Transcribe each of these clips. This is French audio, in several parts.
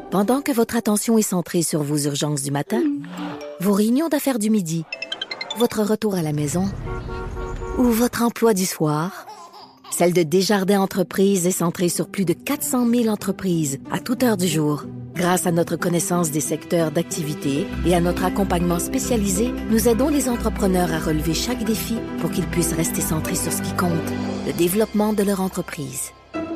Pendant que votre attention est centrée sur vos urgences du matin, vos réunions d'affaires du midi, votre retour à la maison ou votre emploi du soir, celle de Desjardins Entreprises est centrée sur plus de 400 000 entreprises à toute heure du jour. Grâce à notre connaissance des secteurs d'activité et à notre accompagnement spécialisé, nous aidons les entrepreneurs à relever chaque défi pour qu'ils puissent rester centrés sur ce qui compte, le développement de leur entreprise.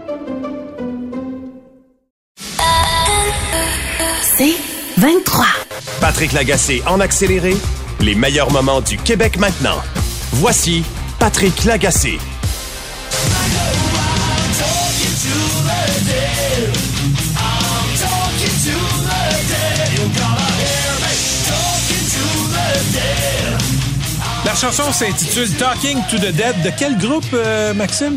C'est 23. Patrick Lagacé en accéléré, les meilleurs moments du Québec maintenant. Voici Patrick Lagacé. La chanson s'intitule Talking to the Dead. De quel groupe, Maxime?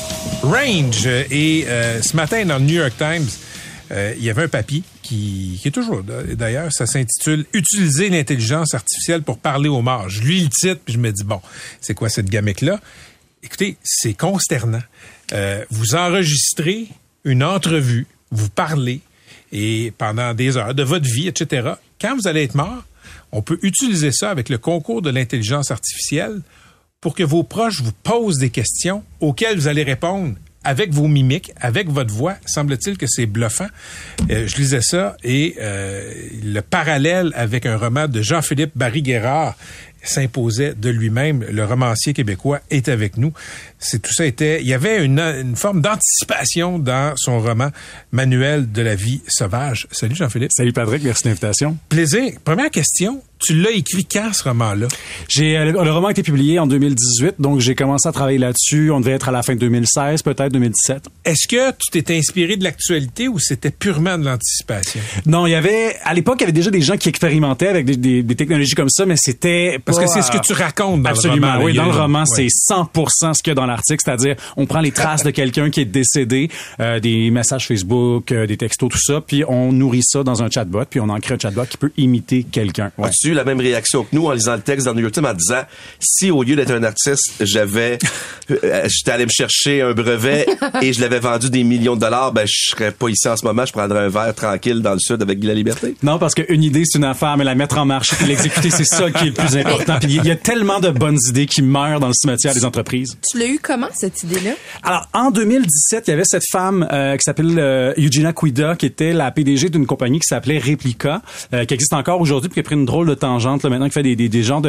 Range. Et ce matin, dans le New York Times, il y avait un papier qui est toujours, d'ailleurs, ça s'intitule « Utiliser l'intelligence artificielle pour parler aux morts ». Je lis le titre, puis je me dis, bon, c'est quoi cette gamique-là? Écoutez, c'est consternant. Vous enregistrez une entrevue, vous parlez, et pendant des heures de votre vie, etc. Quand vous allez être mort, on peut utiliser ça avec le concours de l'intelligence artificielle pour que vos proches vous posent des questions auxquelles vous allez répondre avec vos mimiques, avec votre voix. Semble-t-il que c'est bluffant. Je lisais ça et le parallèle avec un roman de Jean-Philippe Barry-Guerrard s'imposait de lui-même. Le romancier québécois est avec nous. Tout ça était... Il y avait une forme d'anticipation dans son roman Manuel de la vie sauvage. Salut Jean-Philippe. Salut Patrick, merci de l'invitation. Plaisir. Première question, tu l'as écrit quand ce roman-là? Le roman a été publié en 2018, donc j'ai commencé à travailler là-dessus. On devait être à la fin de 2016, peut-être 2017. Est-ce que tu t'étais inspiré de l'actualité ou c'était purement de l'anticipation? Non, à l'époque, il y avait déjà des gens qui expérimentaient avec des technologies comme ça, mais c'était Parce que c'est ce que tu racontes dans absolument, le roman. Oui, dans le roman, c'est 100% ce qu'il y a dans l'article, c'est-à-dire on prend les traces de quelqu'un qui est décédé, des messages Facebook, des textos, tout ça, puis on nourrit ça dans un chatbot, puis on en crée un chatbot qui peut imiter quelqu'un. Ouais. As-tu eu la même réaction que nous en lisant le texte dans le New York Times en disant si au lieu d'être un artiste, j'étais allé me chercher un brevet et je l'avais vendu des millions de dollars, ben je serais pas ici en ce moment, je prendrais un verre tranquille dans le sud avec Guy Laliberté? Non, parce qu'une idée c'est une affaire, mais la mettre en marche et l'exécuter, c'est ça qui est le plus important. Puis il y a tellement de bonnes idées qui meurent dans le cimetière des entreprises. Tu l'as eu comment, cette idée-là? Alors, en 2017, il y avait cette femme qui s'appelle Eugenia Cuida, qui était la PDG d'une compagnie qui s'appelait Replica, qui existe encore aujourd'hui, puis qui a pris une drôle de tangente, là, maintenant, qui fait des genres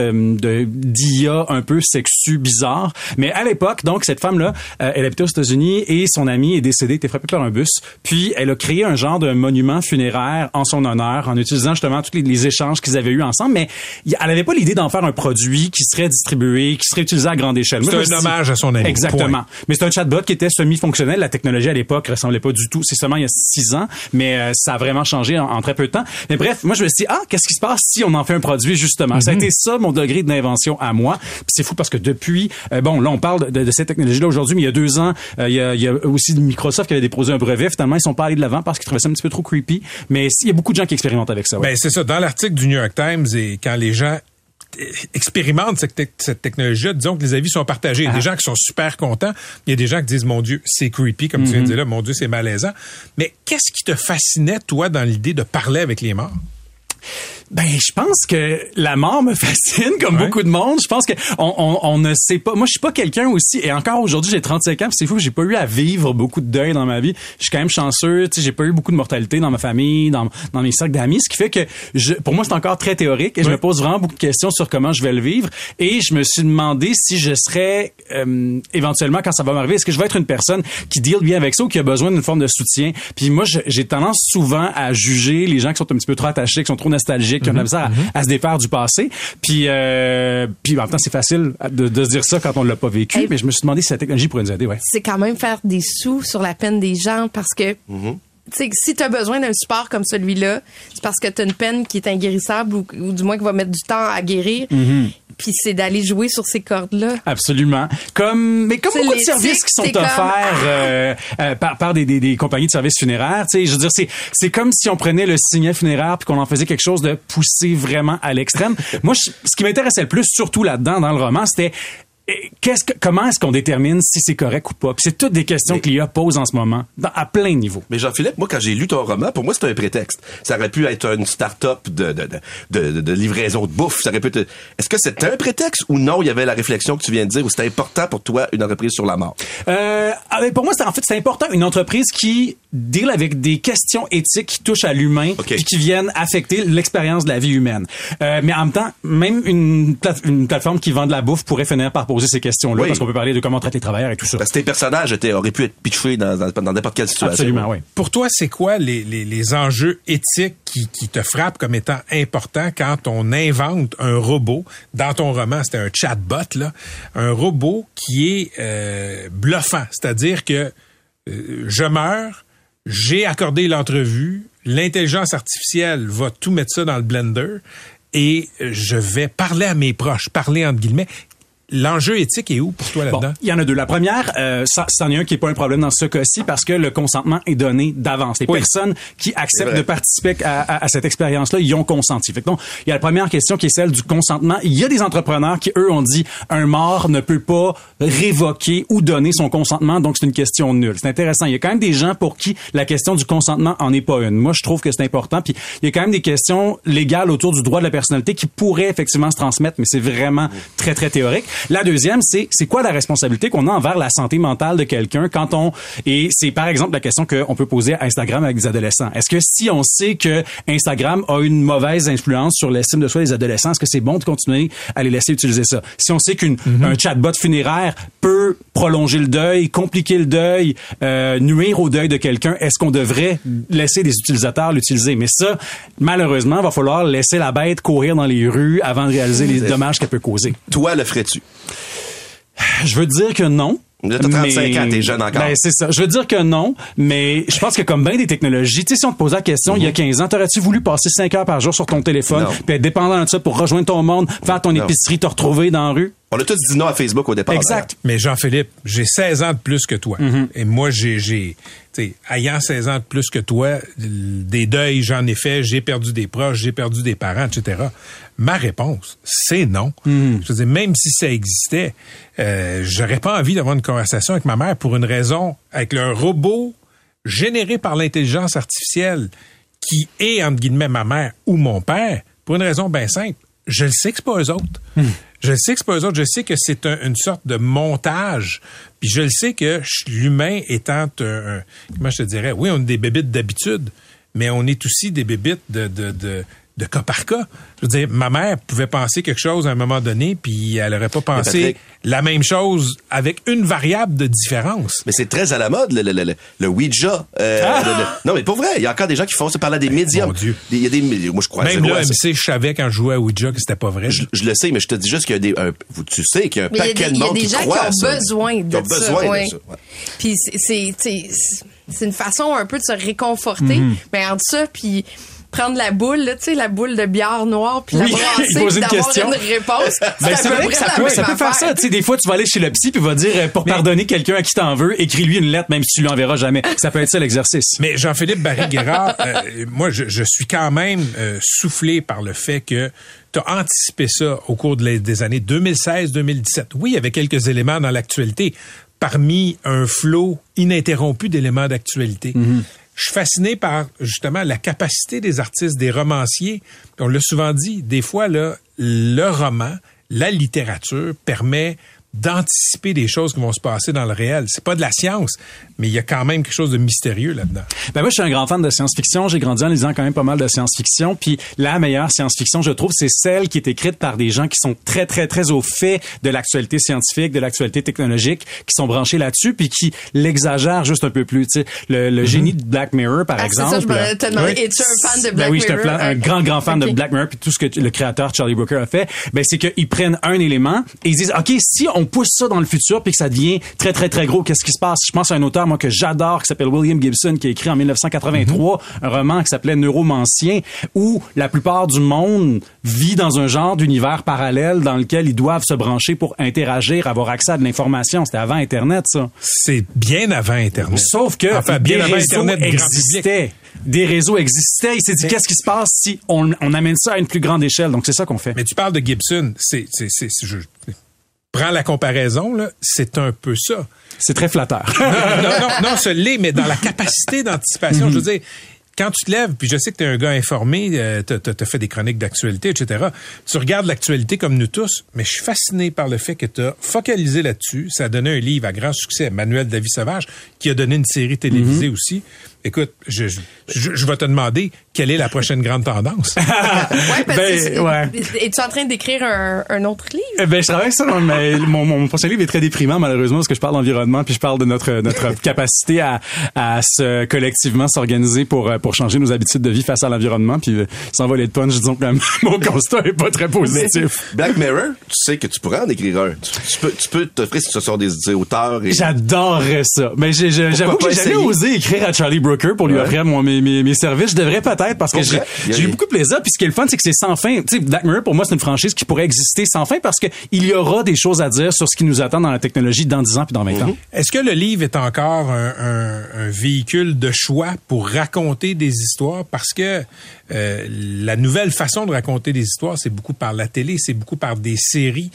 d'IA un peu sexu bizarre. Mais à l'époque, donc, cette femme-là, elle habitait aux États-Unis et son ami est décédé, était frappé par un bus. Puis, elle a créé un genre de monument funéraire en son honneur, en utilisant justement tous les échanges qu'ils avaient eus ensemble. Mais elle avait pas l'idée d'en faire un produit qui serait distribué, qui serait utilisé à grande échelle. C'est un hommage à son ami. Exactement. Point. Mais c'est un chatbot qui était semi-fonctionnel. La technologie à l'époque ressemblait pas du tout. C'est seulement il y a 6 ans, mais ça a vraiment changé en très peu de temps. Mais bref, moi je me suis dit, qu'est-ce qui se passe si on en fait un produit justement? Ça a été ça mon degré d'invention à moi. Puis c'est fou parce que depuis, là on parle de cette technologie-là aujourd'hui, mais il y a 2 ans, il y a aussi Microsoft qui avait déposé un brevet. Finalement, ils sont pas allés de l'avant parce qu'ils trouvaient ça un petit peu trop creepy. Mais il y a beaucoup de gens qui expérimentent avec ça. Ouais. Ben c'est ça. Dans l'article du New York Times, et quand les gens expérimentent cette technologie-là, disons que les avis sont partagés. Il y a des gens qui sont super contents. Il y a des gens qui disent, mon Dieu, c'est creepy, comme tu viens de dire là, mon Dieu, c'est malaisant. Mais qu'est-ce qui te fascinait, toi, dans l'idée de parler avec les morts? Ben, je pense que la mort me fascine, comme beaucoup de monde. Je pense que on ne sait pas. Moi, je suis pas quelqu'un aussi. Et encore aujourd'hui, j'ai 35 ans. Puis c'est fou, j'ai pas eu à vivre beaucoup de deuil dans ma vie. Je suis quand même chanceux. Tu sais, j'ai pas eu beaucoup de mortalité dans ma famille, dans mes cercles d'amis. Ce qui fait que pour moi, c'est encore très théorique. Et je me pose vraiment beaucoup de questions sur comment je vais le vivre. Et je me suis demandé si je serais éventuellement, quand ça va m'arriver, est-ce que je vais être une personne qui deal bien avec ça ou qui a besoin d'une forme de soutien. Puis moi, j'ai tendance souvent à juger les gens qui sont un petit peu trop attachés, qui sont trop nostalgiques, qui ont de la misère à se défaire du passé. Puis en même temps, c'est facile de se dire ça quand on l'a pas vécu, mais je me suis demandé si la technologie pourrait nous aider. Ouais. C'est quand même faire des sous sur la peine des gens parce que tu sais, si tu as besoin d'un support comme celui-là, c'est parce que tu as une peine qui est inguérissable ou du moins qui va mettre du temps à guérir. Puis c'est d'aller jouer sur ces cordes-là. Absolument. Comme beaucoup de services qui sont offerts par des compagnies de services funéraires. Tu sais, je veux dire, c'est comme si on prenait le signet funéraire puis qu'on en faisait quelque chose de poussé vraiment à l'extrême. Moi, ce qui m'intéressait le plus, surtout là-dedans, dans le roman, c'était comment est-ce qu'on détermine si c'est correct ou pas? Puis c'est toutes des questions que l'IA pose en ce moment, à plein de niveaux. Mais Jean-Philippe, moi, quand j'ai lu ton roman, pour moi, c'est un prétexte. Ça aurait pu être une start-up de livraison de bouffe. Ça aurait pu être... Est-ce que c'était un prétexte ou non, il y avait la réflexion que tu viens de dire, ou c'était important pour toi, une entreprise sur la mort? Pour moi, c'est important, une entreprise qui deal avec des questions éthiques qui touchent à l'humain, puis qui viennent affecter l'expérience de la vie humaine. Mais en même temps, même une plateforme qui vend de la bouffe pourrait finir par poser ces questions-là, parce qu'on peut parler de comment traiter les travailleurs et tout ça. Parce que tes personnages auraient pu être pitchés dans n'importe quelle situation. Absolument, oui. Pour toi, c'est quoi les enjeux éthiques qui te frappent comme étant importants quand on invente un robot? Dans ton roman, c'était un chatbot, là. Un robot qui est bluffant. C'est-à-dire que je meurs, j'ai accordé l'entrevue, l'intelligence artificielle va tout mettre ça dans le blender et je vais parler à mes proches, parler entre guillemets. L'enjeu éthique est où pour toi là-dedans? Il y en a deux. La première, c'en est un qui est pas un problème dans ce cas-ci parce que le consentement est donné d'avance. Les personnes qui acceptent de participer à cette expérience-là, ils ont consenti. Fait que donc, il y a la première question qui est celle du consentement. Il y a des entrepreneurs qui, eux, ont dit un mort ne peut pas révoquer ou donner son consentement, donc c'est une question nulle. C'est intéressant. Il y a quand même des gens pour qui la question du consentement en est pas une. Moi, je trouve que c'est important. Puis il y a quand même des questions légales autour du droit de la personnalité qui pourraient effectivement se transmettre, mais c'est vraiment très, très théorique. La deuxième, c'est quoi la responsabilité qu'on a envers la santé mentale de quelqu'un et c'est par exemple la question qu'on peut poser à Instagram avec des adolescents. Est-ce que si on sait que Instagram a une mauvaise influence sur l'estime de soi des adolescents, est-ce que c'est bon de continuer à les laisser utiliser ça? Si on sait qu'un chatbot funéraire peut prolonger le deuil, compliquer le deuil, nuire au deuil de quelqu'un, est-ce qu'on devrait laisser les utilisateurs l'utiliser? Mais ça, malheureusement, il va falloir laisser la bête courir dans les rues avant de réaliser les dommages qu'elle peut causer. Toi, le ferais-tu? Je veux dire que non. Là, t'as 35 ans, t'es jeune encore. Ben, c'est ça. Je veux dire que non, mais je pense que comme bien des technologies, tu sais, si on te posait la question il y a 15 ans, t'aurais-tu voulu passer 5 heures par jour sur ton téléphone, puis être dépendant de ça pour rejoindre ton monde, faire ton épicerie, te retrouver dans la rue? On a tous dit non à Facebook au départ. Exact. Mais Jean-Philippe, j'ai 16 ans de plus que toi. Et moi, tu sais, ayant 16 ans de plus que toi, des deuils, j'en ai fait, j'ai perdu des proches, j'ai perdu des parents, etc. Ma réponse, c'est non. Je veux dire, même si ça existait, j'aurais pas envie d'avoir une conversation avec ma mère pour une raison, avec le robot généré par l'intelligence artificielle qui est, entre guillemets, ma mère ou mon père, pour une raison bien simple. Je le sais que c'est pas eux autres. Je sais que c'est pas eux autres. Je sais que c'est une sorte de montage. Puis je le sais que l'humain étant comment je te dirais, oui, on est des bébites d'habitude, mais on est aussi des bébites de cas par cas. Je veux dire, ma mère pouvait penser quelque chose à un moment donné, puis elle aurait pas pensé la même chose avec une variable de différence. Mais c'est très à la mode, le Ouija. Non, mais pour vrai, il y a encore des gens qui font ça, parler à des médiums. Mon Dieu. Il y a moi, je crois. Même là, MC, je savais quand je jouais à Ouija que c'était pas vrai. Je le sais, mais je te dis juste qu'il y a tu sais qu'il y a un paquet de monde qui croit à ça. Il y a des gens qui ont besoin de ça. Ouais. Puis c'est une façon un peu de se réconforter. Mais entre ça, puis prendre la boule, tu sais, la boule de bière noire, puis la brasser, puis d'avoir une réponse. Ben, c'est vrai que ça peut faire ça. Tu sais, des fois, tu vas aller chez le psy, puis il va dire, pour pardonner quelqu'un à qui t'en veux, écris-lui une lettre, même si tu lui enverras jamais. Ça peut être ça, l'exercice. Mais Jean-Philippe Barry-Guerrard, moi, je suis quand même soufflé par le fait que tu as anticipé ça au cours des années 2016-2017. Oui, il y avait quelques éléments dans l'actualité, parmi un flot ininterrompu d'éléments d'actualité. Je suis fasciné par, justement, la capacité des artistes, des romanciers. On l'a souvent dit, des fois, là, le roman, la littérature permet d'anticiper des choses qui vont se passer dans le réel. C'est pas de la science, mais il y a quand même quelque chose de mystérieux là-dedans. Ben moi, je suis un grand fan de science-fiction. J'ai grandi en lisant quand même pas mal de science-fiction. Puis la meilleure science-fiction, je trouve, c'est celle qui est écrite par des gens qui sont très, très, très au fait de l'actualité scientifique, de l'actualité technologique, qui sont branchés là-dessus, puis qui l'exagèrent juste un peu plus. Tu sais, le génie de Black Mirror, par exemple. C'est ça, je me te demandais, es-tu un fan de Black Mirror? Oui, je suis un grand fan de Black Mirror, puis tout ce que le créateur Charlie Brooker a fait. Ben c'est qu'ils prennent un élément et ils disent, OK, si on pousse ça dans le futur puis que ça devient très, très, très gros, qu'est-ce qui se passe? Je pense à un auteur, moi, que j'adore, qui s'appelle William Gibson, qui a écrit en 1983 un roman qui s'appelait Neuromancien, où la plupart du monde vit dans un genre d'univers parallèle dans lequel ils doivent se brancher pour interagir, avoir accès à de l'information. C'était avant Internet, ça. C'est bien avant Internet. Sauf que des réseaux existaient. Des réseaux existaient. Il s'est dit, qu'est-ce qui se passe si on amène ça à une plus grande échelle? Donc, c'est ça qu'on fait. Mais tu parles de Gibson. prends la comparaison, là, c'est un peu ça. C'est très flatteur. Non, ce l'est, mais dans la capacité d'anticipation, je veux dire, quand tu te lèves, puis je sais que tu es un gars informé, t'as fait des chroniques d'actualité, etc., tu regardes l'actualité comme nous tous, mais je suis fasciné par le fait que tu as focalisé là-dessus. Ça a donné un livre à grand succès, Manuel Davy-Sauvage, qui a donné une série télévisée aussi. Écoute, je vais te demander quelle est la prochaine grande tendance. Es-tu en train d'écrire un autre livre? Je travaille sur ça, mais mon prochain livre est très déprimant, malheureusement, parce que je parle d'environnement, puis je parle de notre capacité à se collectivement s'organiser pour changer nos habitudes de vie face à l'environnement, puis sans voler de punch, disons que mon constat est pas très positif. Mais Black Mirror, tu sais que tu pourrais en écrire un. Tu peux t'offrir si ce sont des auteurs. J'adorerais ça. Mais j'avoue que j'ai jamais osé écrire à Charlie Brooker pour lui offrir mes services. Je devrais peut-être, parce que j'ai eu beaucoup de plaisir. Puis ce qui est le fun, c'est que c'est sans fin. Tu sais, Black Mirror, pour moi, c'est une franchise qui pourrait exister sans fin parce que il y aura des choses à dire sur ce qui nous attend dans la technologie dans 10 ans puis dans 20 ans. Est-ce que le livre est encore un véhicule de choix pour raconter des histoires? Parce que la nouvelle façon de raconter des histoires, c'est beaucoup par la télé, c'est beaucoup par des séries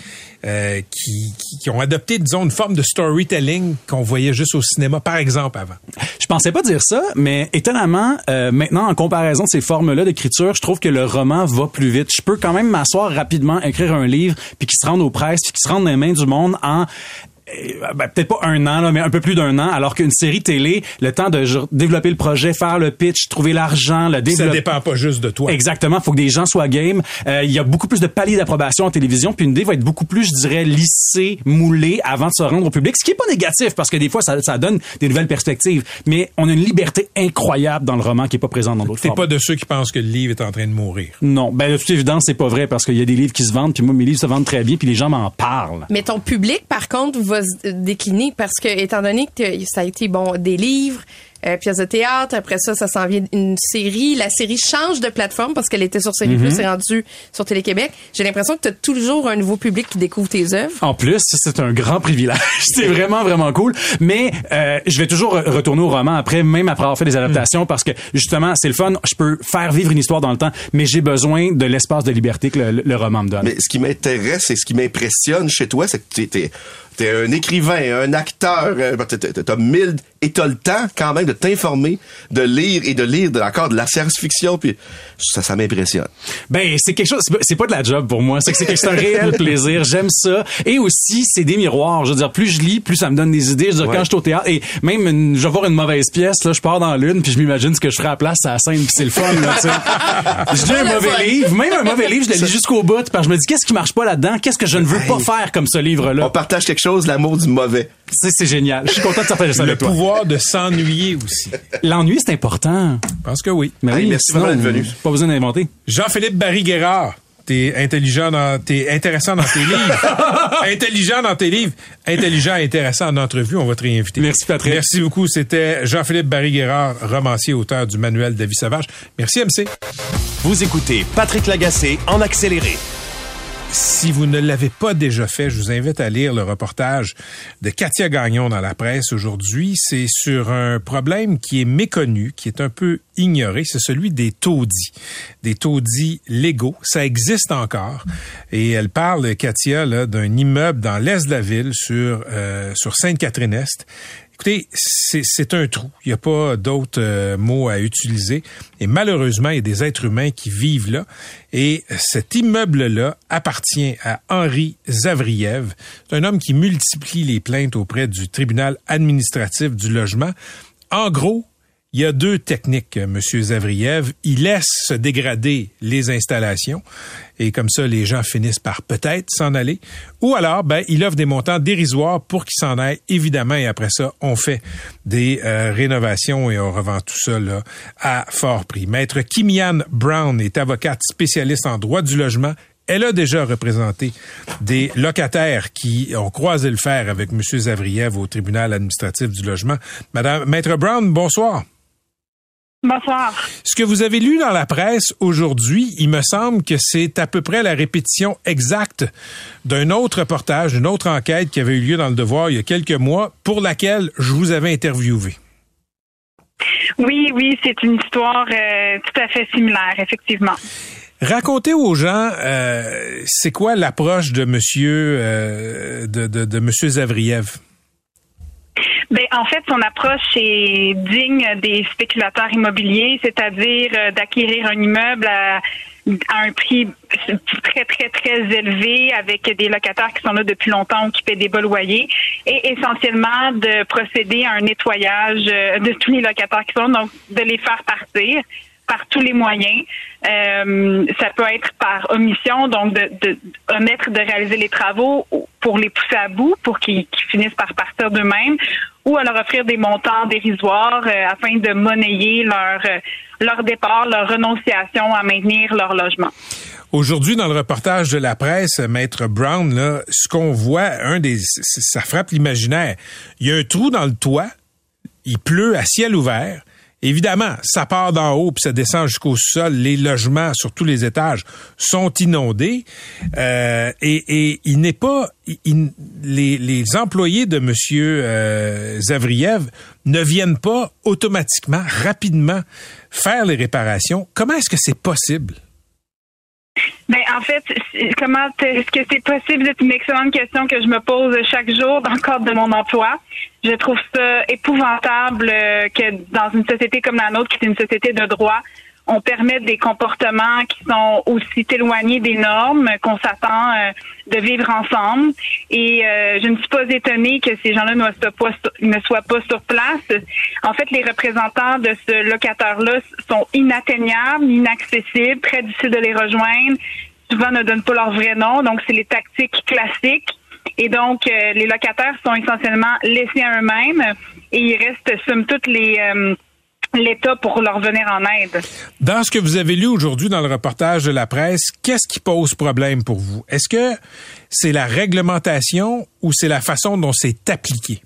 qui ont adopté, disons, une forme de storytelling qu'on voyait juste au cinéma, par exemple, avant. Je pensais pas dire ça, mais étonnamment, maintenant, en comparaison de ces formes-là d'écriture, je trouve que le roman va plus vite. Je peux quand même m'asseoir rapidement, écrire un livre, puis qu'il se rende aux presses, puis qu'il se rende dans les mains du monde en... peut-être pas un an, là, mais un peu plus d'un an, alors qu'une série télé, le temps de développer le projet, faire le pitch, trouver l'argent, le développer... Ça dépend pas juste de toi. Exactement, faut que des gens soient game. Il y a beaucoup plus de paliers d'approbation en télévision, puis une idée va être beaucoup plus, je dirais, lissée, moulée avant de se rendre au public, ce qui est pas négatif, parce que des fois, ça donne des nouvelles perspectives. Mais on a une liberté incroyable dans le roman qui est pas présente dans d'autres formes. T'es pas de ceux qui pensent que le livre est en train de mourir. Non, de toute évidence, c'est pas vrai, parce qu'il y a des livres qui se vendent, puis moi, mes livres se vendent très bien, puis les gens m'en parlent. Mais ton public, par contre, va décliner parce que, étant donné que ça a été, des livres, pièces de théâtre, après ça s'en vient une série. La série change de plateforme parce qu'elle était sur Série Plus et rendue sur Télé-Québec. J'ai l'impression que tu as toujours un nouveau public qui découvre tes œuvres. En plus, c'est un grand privilège. C'est vraiment, vraiment cool. Mais je vais toujours retourner au roman après, même après avoir fait des adaptations, parce que, justement, c'est le fun. Je peux faire vivre une histoire dans le temps, mais j'ai besoin de l'espace de liberté que le roman me donne. Mais ce qui m'intéresse et ce qui m'impressionne chez toi, c'est que t'es un écrivain, un acteur, t'as 1000 et t'as le temps quand même de t'informer, de lire encore de la science-fiction, puis ça m'impressionne. C'est quelque chose, c'est pas de la job pour moi, c'est un réel plaisir, j'aime ça, et aussi c'est des miroirs, je veux dire, plus je lis, plus ça me donne des idées, je veux dire, quand je suis au théâtre, et même je vais voir une mauvaise pièce, là, je pars dans l'une, puis je m'imagine ce que je ferai à la place à la scène, puis c'est le fun, là, tu sais. Je lis un mauvais livre, je le lis jusqu'au bout, puis je me dis, qu'est-ce qui marche pas là-dedans, qu'est-ce que je ne veux pas faire comme ce livre-là. On partage quelque chose, l'amour du mauvais. C'est génial. Je suis content de partager ça avec toi. Le pouvoir de s'ennuyer aussi. L'ennui, c'est important. Je pense que oui. Mais oui, merci vraiment d'être venu. Pas besoin d'inventer. Jean-Philippe Barry-Guerrard. T'es intéressant dans tes livres. Intelligent dans tes livres. Intelligent et intéressant en entrevue. On va te réinviter. Merci, Patrick. Merci beaucoup. C'était Jean-Philippe Barry-Guerrard, romancier, auteur du Manuel Davy-Sauvage. Merci, MC. Vous écoutez Patrick Lagacé en accéléré. Si vous ne l'avez pas déjà fait, je vous invite à lire le reportage de Katia Gagnon dans la presse aujourd'hui. C'est sur un problème qui est méconnu, qui est un peu ignoré. C'est celui des taudis. Des taudis légaux. Ça existe encore. Et elle parle, Katia, là, d'un immeuble dans l'est de la ville sur Sainte-Catherine-Est. Écoutez, c'est un trou. Il n'y a pas d'autres mots à utiliser. Et malheureusement, il y a des êtres humains qui vivent là. Et cet immeuble-là appartient à Henri Zavriev. C'est un homme qui multiplie les plaintes auprès du tribunal administratif du logement. En gros, il y a deux techniques, M. Zavriev. Il laisse se dégrader les installations et comme ça, les gens finissent par peut-être s'en aller. Ou alors, il offre des montants dérisoires pour qu'ils s'en aillent, évidemment. Et après ça, on fait des rénovations et on revend tout ça là, à fort prix. Maître Kimian Brown est avocate spécialiste en droit du logement. Elle a déjà représenté des locataires qui ont croisé le fer avec M. Zavriev au tribunal administratif du logement. Maître Brown, bonsoir. Bonsoir. Ce que vous avez lu dans la presse aujourd'hui, il me semble que c'est à peu près la répétition exacte d'un autre reportage, d'une autre enquête qui avait eu lieu dans Le Devoir il y a quelques mois, pour laquelle je vous avais interviewé. Oui, c'est une histoire tout à fait similaire, effectivement. Racontez aux gens, c'est quoi l'approche de Monsieur de Monsieur Zavriev? Ben, en fait, son approche est digne des spéculateurs immobiliers, c'est-à-dire d'acquérir un immeuble à un prix très, très, très élevé avec des locataires qui sont là depuis longtemps ou qui paient des bas loyers et essentiellement de procéder à un nettoyage de tous les locataires qui sont là, donc de les faire partir par tous les moyens. Ça peut être par omission, donc de omettre de réaliser les travaux pour les pousser à bout, pour qu'ils finissent par partir d'eux-mêmes, ou à leur offrir des montants dérisoires afin de monnayer leur départ, leur renonciation à maintenir leur logement. Aujourd'hui, dans le reportage de la presse, Maître Brown, là, ce qu'on voit, ça frappe l'imaginaire. Il y a un trou dans le toit, il pleut à ciel ouvert. Évidemment, ça part d'en haut puis ça descend jusqu'au sol. Les logements sur tous les étages sont inondés et il n'est pas les employés de Monsieur Zavriev ne viennent pas automatiquement, rapidement faire les réparations. Comment est-ce que c'est possible? Ben, en fait, est-ce que c'est possible? C'est une excellente question que je me pose chaque jour dans le cadre de mon emploi. Je trouve ça épouvantable que dans une société comme la nôtre, qui est une société de droit, on permette des comportements qui sont aussi éloignés des normes qu'on s'attend de vivre ensemble. Et je ne suis pas étonnée que ces gens-là ne soient pas sur place. En fait, les représentants de ce locataire-là sont inatteignables, inaccessibles, très difficiles de les rejoindre. Souvent, ne donnent pas leur vrai nom. Donc, c'est les tactiques classiques. Et donc, les locataires sont essentiellement laissés à eux-mêmes et il reste, somme toute, l'État pour leur venir en aide. Dans ce que vous avez lu aujourd'hui dans le reportage de la presse, qu'est-ce qui pose problème pour vous? Est-ce que c'est la réglementation ou c'est la façon dont c'est appliqué?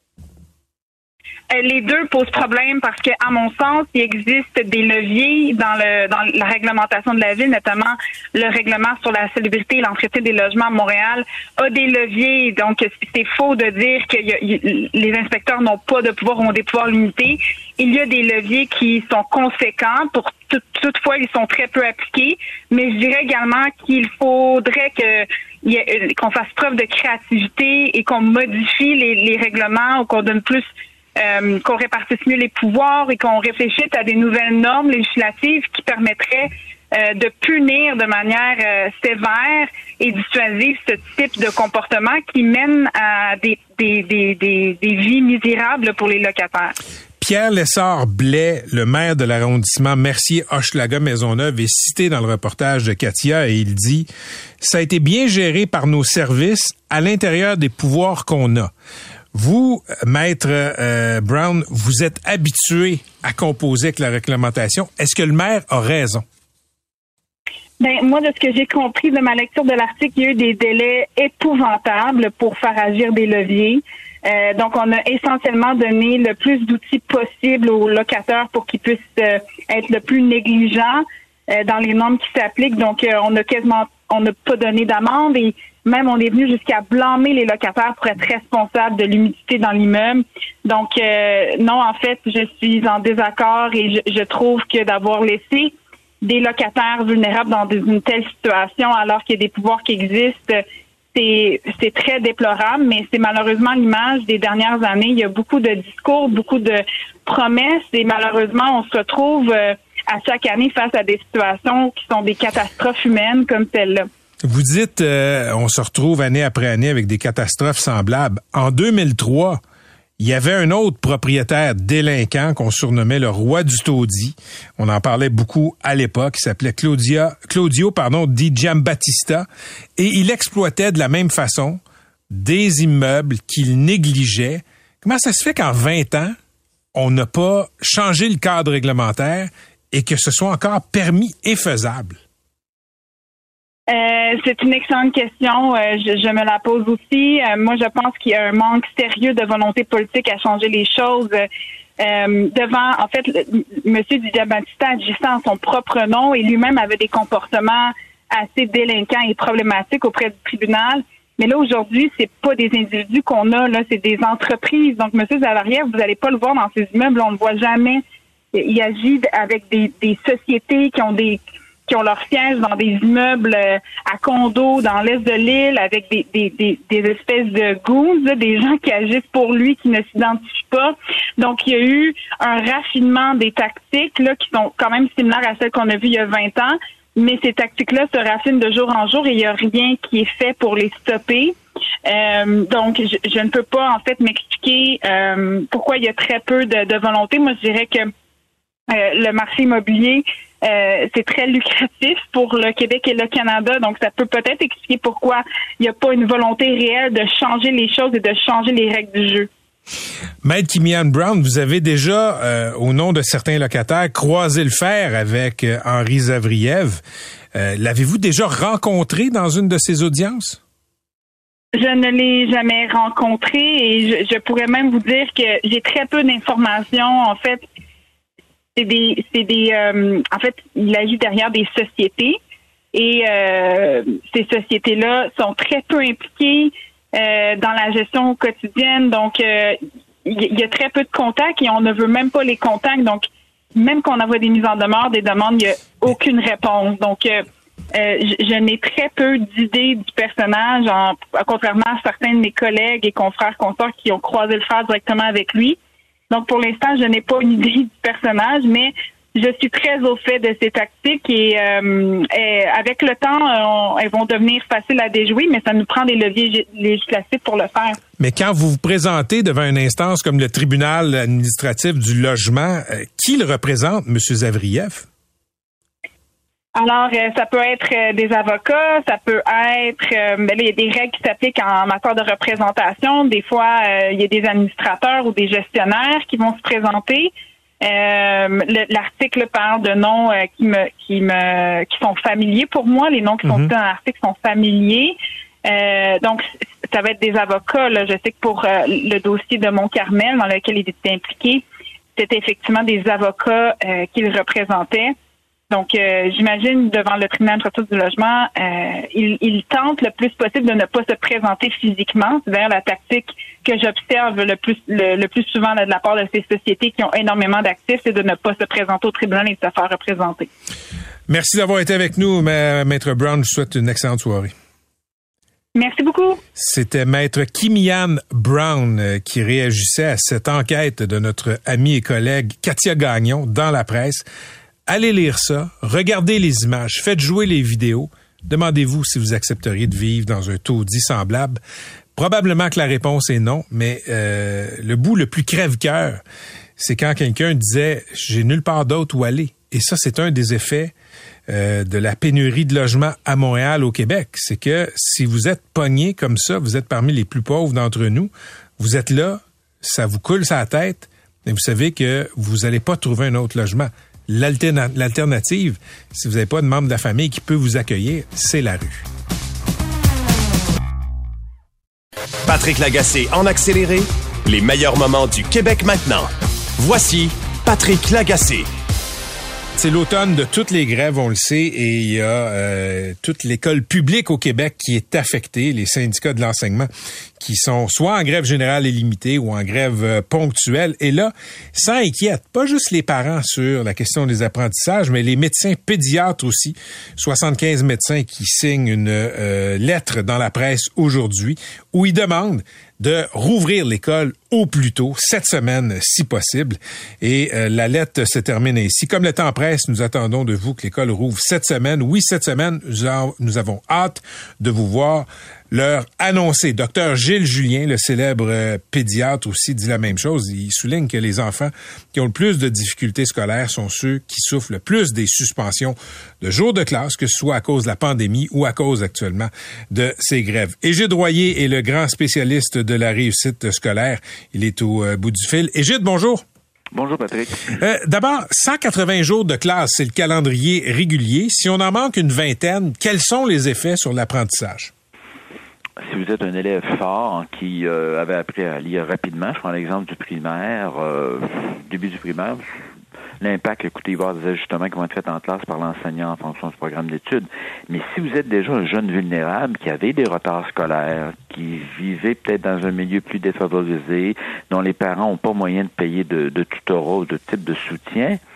Les deux posent problème parce que, à mon sens, il existe des leviers dans la réglementation de la ville, notamment le règlement sur la salubrité et l'entretien des logements à Montréal a des leviers. Donc, c'est faux de dire que les inspecteurs n'ont pas de pouvoir ou ont des pouvoirs limités. Il y a des leviers qui sont conséquents. Toutefois, ils sont très peu appliqués. Mais je dirais également qu'il faudrait qu'on fasse preuve de créativité et qu'on modifie les règlements ou qu'on donne plus qu'on répartisse mieux les pouvoirs et qu'on réfléchisse à des nouvelles normes législatives qui permettraient de punir de manière sévère et dissuasive ce type de comportement qui mène à des vies misérables pour les locataires. Pierre Lessard-Blais, le maire de l'arrondissement Mercier-Hochelaga-Maisonneuve, est cité dans le reportage de Katia et il dit « Ça a été bien géré par nos services à l'intérieur des pouvoirs qu'on a. » Vous, Maître Brown, vous êtes habitué à composer avec la réglementation. Est-ce que le maire a raison? Ben, moi, de ce que j'ai compris de ma lecture de l'article, il y a eu des délais épouvantables pour faire agir des leviers. Donc, on a essentiellement donné le plus d'outils possible aux locataires pour qu'ils puissent être le plus négligents dans les normes qui s'appliquent. Donc, on n'a pas donné d'amende et même on est venu jusqu'à blâmer les locataires pour être responsables de l'humidité dans l'immeuble. Donc, non, en fait, je suis en désaccord et je trouve que d'avoir laissé des locataires vulnérables dans une telle situation alors qu'il y a des pouvoirs qui existent, c'est très déplorable, mais c'est malheureusement l'image des dernières années. Il y a beaucoup de discours, beaucoup de promesses et malheureusement, on se retrouve à chaque année face à des situations qui sont des catastrophes humaines comme celle-là. Vous dites, on se retrouve année après année avec des catastrophes semblables. En 2003, il y avait un autre propriétaire délinquant qu'on surnommait le roi du taudis. On en parlait beaucoup à l'époque. Il s'appelait Claudio Di Giambattista. Et il exploitait de la même façon des immeubles qu'il négligeait. Comment ça se fait qu'en 20 ans, on n'a pas changé le cadre réglementaire et que ce soit encore permis et faisable? C'est une excellente question. Je me la pose aussi. Moi, je pense qu'il y a un manque sérieux de volonté politique à changer les choses. En fait, M. Di Giambattista agissait en son propre nom et lui-même avait des comportements assez délinquants et problématiques auprès du tribunal. Mais là, aujourd'hui, c'est pas des individus qu'on a, là, c'est des entreprises. Donc, M. Zavriev, vous n'allez pas le voir dans ces immeubles, on ne le voit jamais. Il agit avec des sociétés qui ont des qui ont leur siège dans des immeubles à condos dans l'est de l'île avec des espèces de goons, là, des gens qui agissent pour lui, qui ne s'identifient pas. Donc, il y a eu un raffinement des tactiques là qui sont quand même similaires à celles qu'on a vues il y a 20 ans, mais ces tactiques-là se raffinent de jour en jour et il n'y a rien qui est fait pour les stopper. Donc, je ne peux pas en fait m'expliquer pourquoi il y a très peu de volonté. Moi, je dirais que le marché immobilier, c'est très lucratif pour le Québec et le Canada, donc ça peut peut-être expliquer pourquoi il n'y a pas une volonté réelle de changer les choses et de changer les règles du jeu. Maître Kimian Brown, vous avez déjà, au nom de certains locataires, croisé le fer avec Henri Zavriev. L'avez-vous déjà rencontré dans une de ces audiences? Je ne l'ai jamais rencontré et je pourrais même vous dire que j'ai très peu d'informations. En fait, en fait, il agit derrière des sociétés et ces sociétés-là sont très peu impliquées dans la gestion quotidienne. Donc, il y a très peu de contacts et on ne veut même pas les contacts. Donc, même qu'on envoie des mises en demeure, des demandes, il n'y a aucune réponse. Donc, je n'ai très peu d'idées du personnage, contrairement à certains de mes collègues et consorts qui ont croisé le fer directement avec lui. Donc, pour l'instant, je n'ai pas une idée du personnage, mais je suis très au fait de ces tactiques et avec le temps, elles vont devenir faciles à déjouer, mais ça nous prend des leviers législatifs pour le faire. Mais quand vous vous présentez devant une instance comme le tribunal administratif du logement, qui le représente, M. Zavriev? Alors, ça peut être des avocats, ça peut être... il y a des règles qui s'appliquent en matière de représentation. Des fois, il y a des administrateurs ou des gestionnaires qui vont se présenter. L'article parle de noms qui sont familiers pour moi. Les noms qui sont cités dans l'article sont familiers. Donc, ça va être des avocats. Là. Je sais que pour le dossier de Mont-Carmel, dans lequel il était impliqué, c'était effectivement des avocats qu'il représentait. Donc, j'imagine, devant le tribunal administratif du logement, il tente le plus possible de ne pas se présenter physiquement. C'est d'ailleurs la tactique que j'observe le plus souvent là, de la part de ces sociétés qui ont énormément d'actifs, c'est de ne pas se présenter au tribunal et de se faire représenter. Merci d'avoir été avec nous, Maître Brown. Je vous souhaite une excellente soirée. Merci beaucoup. C'était Maître Kimian Brown qui réagissait à cette enquête de notre amie et collègue Katia Gagnon dans la presse. Allez lire ça, regardez les images, faites jouer les vidéos. Demandez-vous si vous accepteriez de vivre dans un taudis semblable. Probablement que la réponse est non, mais le bout le plus crève-cœur, c'est quand quelqu'un disait « j'ai nulle part d'autre où aller ». Et ça, c'est un des effets de la pénurie de logements à Montréal, au Québec. C'est que si vous êtes pogné comme ça, vous êtes parmi les plus pauvres d'entre nous, vous êtes là, ça vous coule sur la tête, et vous savez que vous n'allez pas trouver un autre logement. L'alternative, si vous n'avez pas de membre de la famille qui peut vous accueillir, c'est la rue. Patrick Lagacé en accéléré, les meilleurs moments du Québec maintenant. Voici Patrick Lagacé. C'est l'automne de toutes les grèves, on le sait, et il y a toute l'école publique au Québec qui est affectée, les syndicats de l'enseignement qui sont soit en grève générale illimitée ou en grève ponctuelle. Et là, ça inquiète pas juste les parents sur la question des apprentissages, mais les médecins pédiatres aussi. 75 médecins qui signent une lettre dans la presse aujourd'hui où ils demandent de rouvrir l'école au plus tôt, cette semaine, si possible. Et la lettre se termine ainsi. Comme le temps presse, nous attendons de vous que l'école rouvre cette semaine. Oui, cette semaine, nous avons hâte de vous voir leur annoncer. Docteur Gilles Julien, le célèbre pédiatre aussi, dit la même chose. Il souligne que les enfants qui ont le plus de difficultés scolaires sont ceux qui souffrent le plus des suspensions de jours de classe, que ce soit à cause de la pandémie ou à cause actuellement de ces grèves. Égide Royer est le grand spécialiste de la réussite scolaire. Il est au bout du fil. Égide, bonjour. Bonjour, Patrick. D'abord, 180 jours de classe, c'est le calendrier régulier. Si on en manque une vingtaine, quels sont les effets sur l'apprentissage? Si vous êtes un élève fort qui avait appris à lire rapidement, je prends l'exemple du primaire, début du primaire, l'impact, écoutez, il va y avoir des ajustements qui vont être faits en classe par l'enseignant en fonction du programme d'études. Mais si vous êtes déjà un jeune vulnérable qui avait des retards scolaires, qui vivait peut-être dans un milieu plus défavorisé, dont les parents n'ont pas moyen de payer de tutorat ou de type de soutien,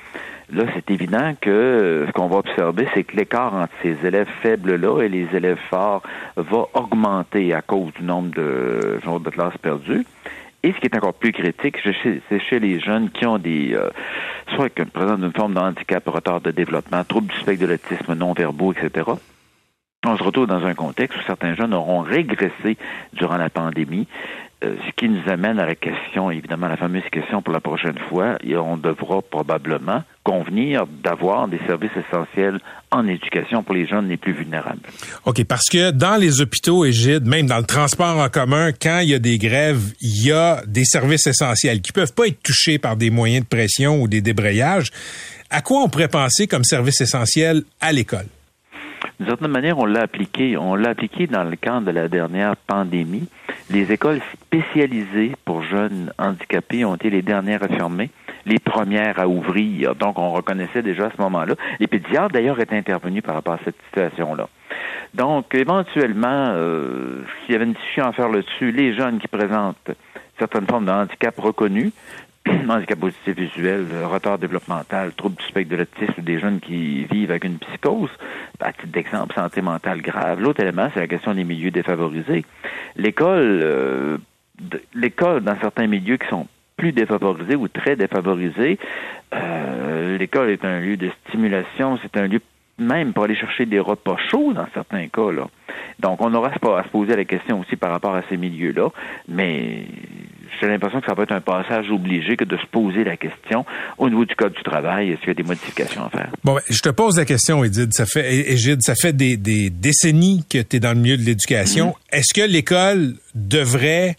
Là, c'est évident que ce qu'on va observer, c'est que l'écart entre ces élèves faibles-là et les élèves forts va augmenter à cause du nombre de jours de classe perdus. Et ce qui est encore plus critique, c'est chez les jeunes qui ont soit qui présentent une forme de handicap, retard de développement, troubles du spectre de l'autisme non-verbaux, etc. On se retrouve dans un contexte où certains jeunes auront régressé durant la pandémie, ce qui nous amène à la question, évidemment, la fameuse question pour la prochaine fois, et on devra probablement convenir d'avoir des services essentiels en éducation pour les jeunes les plus vulnérables. OK, parce que dans les hôpitaux, Égide, même dans le transport en commun, quand il y a des grèves, il y a des services essentiels qui peuvent pas être touchés par des moyens de pression ou des débrayages. À quoi on pourrait penser comme service essentiel à l'école? D'une certaine manière, on l'a appliqué dans le cadre de la dernière pandémie. Les écoles spécialisées pour jeunes handicapés ont été les dernières à fermer, les premières à ouvrir. Donc, on reconnaissait déjà à ce moment-là. Les pédiatres, d'ailleurs, étaient intervenus par rapport à cette situation-là. Donc, éventuellement, s'il y avait une discussion à faire là-dessus, les jeunes qui présentent certaines formes de handicap reconnus, handicap auditif visuel, retard développemental, trouble du spectre de l'autisme ou des jeunes qui vivent avec une psychose, à titre d'exemple, santé mentale grave. L'autre élément, c'est la question des milieux défavorisés. L'école, dans certains milieux qui sont plus défavorisés ou très défavorisés, l'école est un lieu de stimulation, c'est un lieu même pour aller chercher des repas chauds dans certains cas, là. Donc, on aura à se poser la question aussi par rapport à ces milieux-là, mais j'ai l'impression que ça va être un passage obligé que de se poser la question au niveau du Code du travail, est-ce qu'il y a des modifications à faire? Bon, je te pose la question, Égide. Ça fait des décennies que tu es dans le milieu de l'éducation. Est-ce que l'école devrait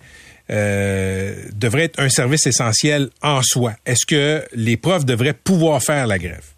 être un service essentiel en soi? Est-ce que les profs devraient pouvoir faire la grève?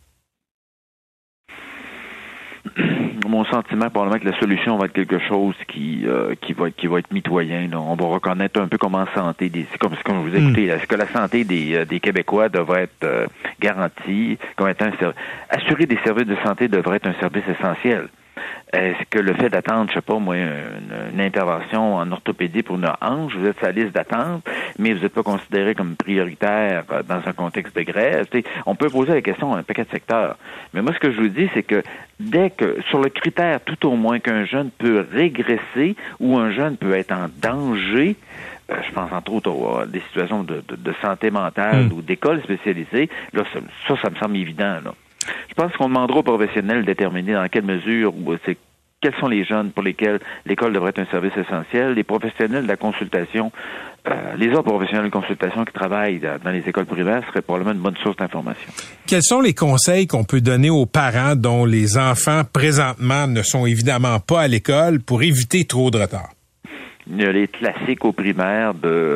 Mon sentiment, probablement que la solution va être quelque chose qui va être mitoyen. Là. On va reconnaître un peu comme en santé, c'est comme je vous ai écouté, est-ce que la santé des Québécois devrait être garantie, comme étant assurer des services de santé devrait être un service essentiel. Est-ce que le fait d'attendre, je sais pas moi, une intervention en orthopédie pour une hanche, vous êtes sur la liste d'attente, mais vous n'êtes pas considéré comme prioritaire dans un contexte de grève? On peut poser la question à un paquet de secteurs. Mais moi, ce que je vous dis, c'est que dès que, sur le critère tout au moins qu'un jeune peut régresser ou un jeune peut être en danger, je pense entre autres à des situations de santé mentale ou d'écoles spécialisées, là, ça me semble évident, là. Je pense qu'on demandera aux professionnels de déterminer dans quelle mesure quels sont les jeunes pour lesquels l'école devrait être un service essentiel. Les professionnels de la consultation, les autres professionnels de consultation qui travaillent dans les écoles primaires seraient probablement une bonne source d'information. Quels sont les conseils qu'on peut donner aux parents dont les enfants présentement ne sont évidemment pas à l'école pour éviter trop de retard? Il y a les classiques au primaire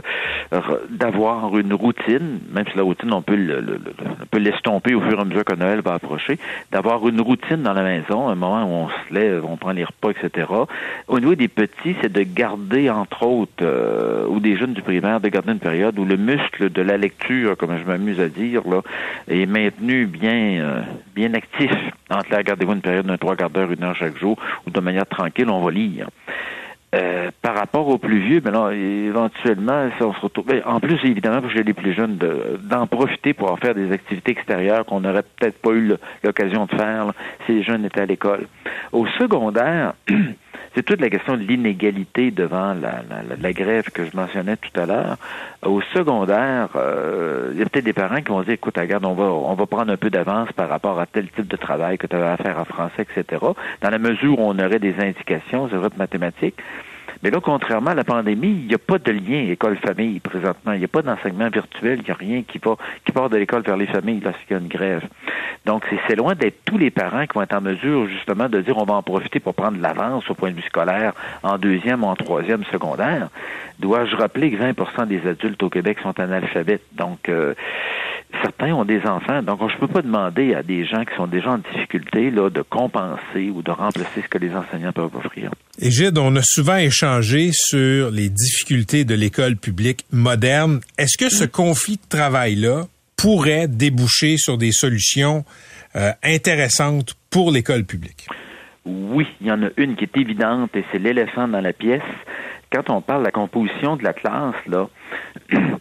d'avoir une routine, même si la routine, on peut l'estomper au fur et à mesure que Noël va approcher, d'avoir une routine dans la maison, un moment où on se lève, on prend les repas, etc. Au niveau des petits, c'est de garder, entre autres, ou des jeunes du primaire, de garder une période où le muscle de la lecture, comme je m'amuse à dire, là, est maintenu bien actif. Entre là, gardez-vous une période d'un 3/4 d'heure, 1 heure chaque jour, ou de manière tranquille, on va lire. Par rapport aux plus vieux, là, éventuellement, si on se retrouve. En plus, évidemment, pour chez les plus jeunes, d'en profiter pour en faire des activités extérieures qu'on n'aurait peut-être pas eu l'occasion de faire là, si les jeunes étaient à l'école. Au secondaire, c'est toute la question de l'inégalité devant la grève que je mentionnais tout à l'heure. Au secondaire, il y a peut-être des parents qui vont dire, écoute, regarde, on va prendre un peu d'avance par rapport à tel type de travail que tu avais à faire en français, etc. Dans la mesure où on aurait des indications, c'est vrai, de mathématiques. Mais là, contrairement à la pandémie, il n'y a pas de lien école-famille présentement. Il n'y a pas d'enseignement virtuel. Il n'y a rien qui part de l'école vers les familles lorsqu'il y a une grève. Donc, c'est loin d'être tous les parents qui vont être en mesure, justement, de dire on va en profiter pour prendre de l'avance au point de vue scolaire en 2e ou en 3e secondaire. Dois-je rappeler que 20% des adultes au Québec sont analphabètes. Donc, certains ont des enfants. Donc, je ne peux pas demander à des gens qui sont déjà en difficulté là, de compenser ou de remplacer ce que les enseignants peuvent offrir. Égide, on a souvent échangé sur les difficultés de l'école publique moderne. Est-ce que ce conflit de travail-là pourrait déboucher sur des solutions intéressantes pour l'école publique? Oui, il y en a une qui est évidente et c'est l'éléphant dans la pièce. Quand on parle de la composition de la classe, là,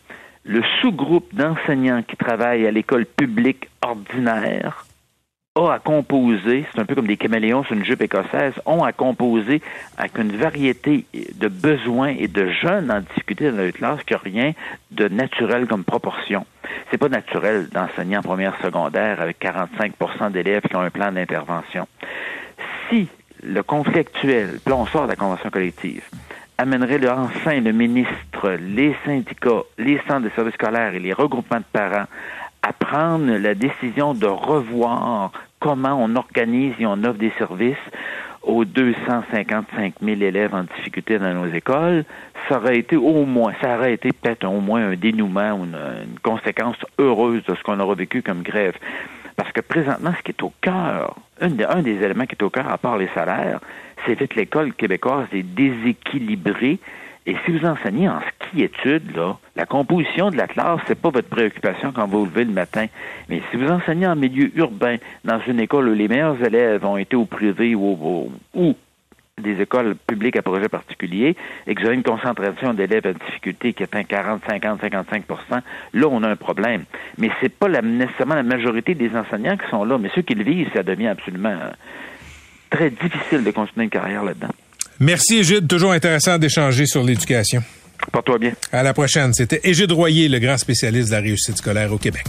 le sous-groupe d'enseignants qui travaillent à l'école publique ordinaire a à composer, c'est un peu comme des caméléons sur une jupe écossaise, ont à composer avec une variété de besoins et de jeunes en difficulté dans leur classe qui n'a rien de naturel comme proportion. C'est pas naturel d'enseigner en première secondaire avec 45% d'élèves qui ont un plan d'intervention. Si le conflit actuel, puis là on sort de la convention collective, amènerait enfin le ministre, les syndicats, les centres de services scolaires et les regroupements de parents à prendre la décision de revoir comment on organise et on offre des services aux 255 000 élèves en difficulté dans nos écoles, ça aurait été peut-être au moins un dénouement ou une conséquence heureuse de ce qu'on aura vécu comme grève. Parce que présentement, ce qui est au cœur, un des éléments qui est au cœur, à part les salaires, c'est que l'école québécoise est déséquilibrée. Et si vous enseignez en ski-études, là, la composition de la classe, c'est pas votre préoccupation quand vous vous levez le matin. Mais si vous enseignez en milieu urbain, dans une école où les meilleurs élèves ont été au privé ou des écoles publiques à projet particulier, et que vous avez une concentration d'élèves en difficulté qui atteint 40, 50, 55 %, là, on a un problème. Mais c'est pas nécessairement la majorité des enseignants qui sont là, mais ceux qui le vivent, ça devient absolument très difficile de continuer une carrière là-dedans. Merci, Égide. Toujours intéressant d'échanger sur l'éducation. Porte-toi bien. À la prochaine. C'était Égide Royer, le grand spécialiste de la réussite scolaire au Québec.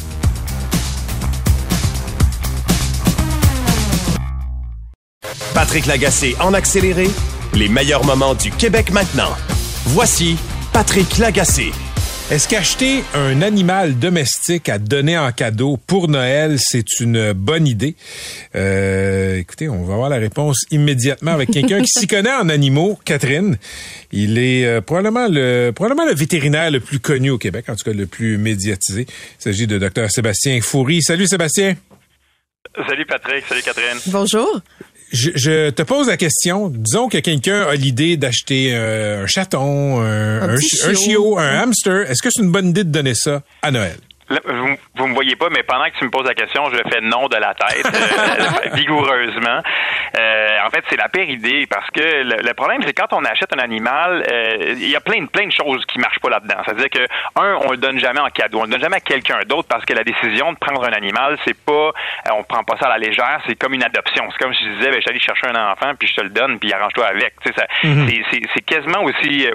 Patrick Lagacé en accéléré, les meilleurs moments du Québec maintenant. Voici Patrick Lagacé. Est-ce qu'acheter un animal domestique à donner en cadeau pour Noël, c'est une bonne idée? Écoutez, on va avoir la réponse immédiatement avec quelqu'un qui s'y connaît en animaux, Catherine. Il est probablement le vétérinaire le plus connu au Québec, en tout cas le plus médiatisé. Il s'agit de Dr Sébastien Fourie. Salut Sébastien. Salut Patrick, salut Catherine. Bonjour. Je te pose la question. Disons que quelqu'un a l'idée d'acheter un chaton, un chiot, un hamster. Est-ce que c'est une bonne idée de donner ça à Noël? Là, vous me voyez pas, mais pendant que tu me poses la question, je fais non de la tête, vigoureusement. En fait, c'est la pire idée parce que le problème, c'est quand on achète un animal, il y a plein de choses qui marchent pas là-dedans. C'est-à-dire que, on le donne jamais en cadeau, on le donne jamais à quelqu'un d'autre parce que la décision de prendre un animal, c'est pas, on prend pas ça à la légère, c'est comme une adoption. C'est comme si je disais, je suis allé chercher un enfant, puis je te le donne, puis arrange-toi avec. Tu sais, ça, c'est quasiment aussi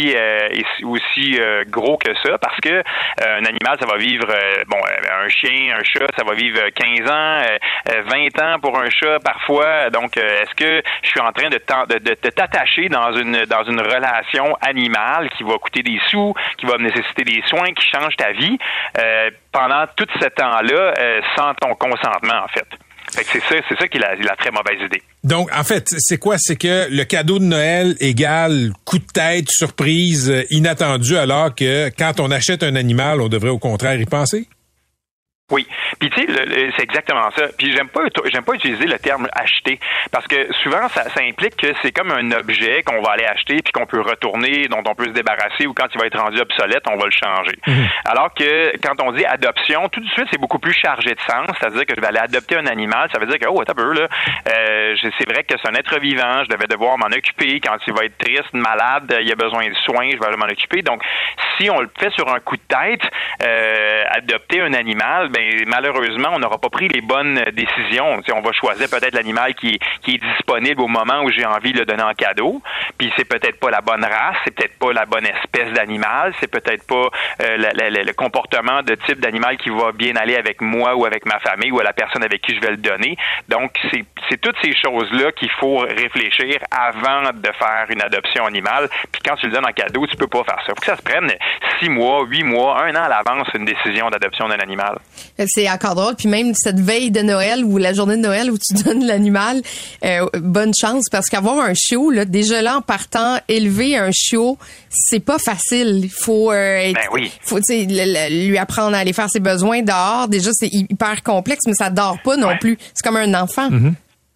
gros que ça parce que un animal, ça va vivre un chien, un chat, ça va vivre 15 ans, 20 ans pour un chat parfois. Donc, est-ce que je suis en train de t'attacher dans une relation animale qui va coûter des sous, qui va nécessiter des soins, qui change ta vie pendant tout ce temps-là sans ton consentement, en fait? Fait que c'est ça qui est la très mauvaise idée. Donc, en fait, c'est quoi? C'est que le cadeau de Noël égale coup de tête, surprise, inattendu, alors que quand on achète un animal, on devrait au contraire y penser? Oui. Puis tu sais, c'est exactement ça. Puis j'aime pas utiliser le terme acheter parce que souvent ça implique que c'est comme un objet qu'on va aller acheter puis qu'on peut retourner, dont on peut se débarrasser ou quand il va être rendu obsolète, on va le changer. Alors que quand on dit adoption, tout de suite c'est beaucoup plus chargé de sens, c'est-à-dire que je vais aller adopter un animal, ça veut dire que attends un peu là, c'est vrai que c'est un être vivant, je devais devoir m'en occuper quand il va être triste, malade, il a besoin de soins, je vais m'en occuper. Donc si on le fait sur un coup de tête, adopter un animal, ben malheureusement, on n'aura pas pris les bonnes décisions. T'sais, on va choisir peut-être l'animal qui est disponible au moment où j'ai envie de le donner en cadeau. Puis c'est peut-être pas la bonne race, c'est peut-être pas la bonne espèce d'animal, c'est peut-être pas le comportement de type d'animal qui va bien aller avec moi ou avec ma famille ou à la personne avec qui je vais le donner. Donc c'est toutes ces choses-là qu'il faut réfléchir avant de faire une adoption animale. Puis quand tu le donnes en cadeau, tu peux pas faire ça. Faut que ça se prenne 6 mois, 8 mois, 1 an à l'avance une décision d'adoption d'un animal. C'est encore drôle. Puis même cette veille de Noël ou la journée de Noël où tu donnes l'animal, bonne chance parce qu'avoir un chiot, là, déjà là en partant, élever un chiot, c'est pas facile. Il faut, faut lui apprendre à aller faire ses besoins dehors. Déjà, c'est hyper complexe, mais ça dort pas non plus. C'est comme un enfant.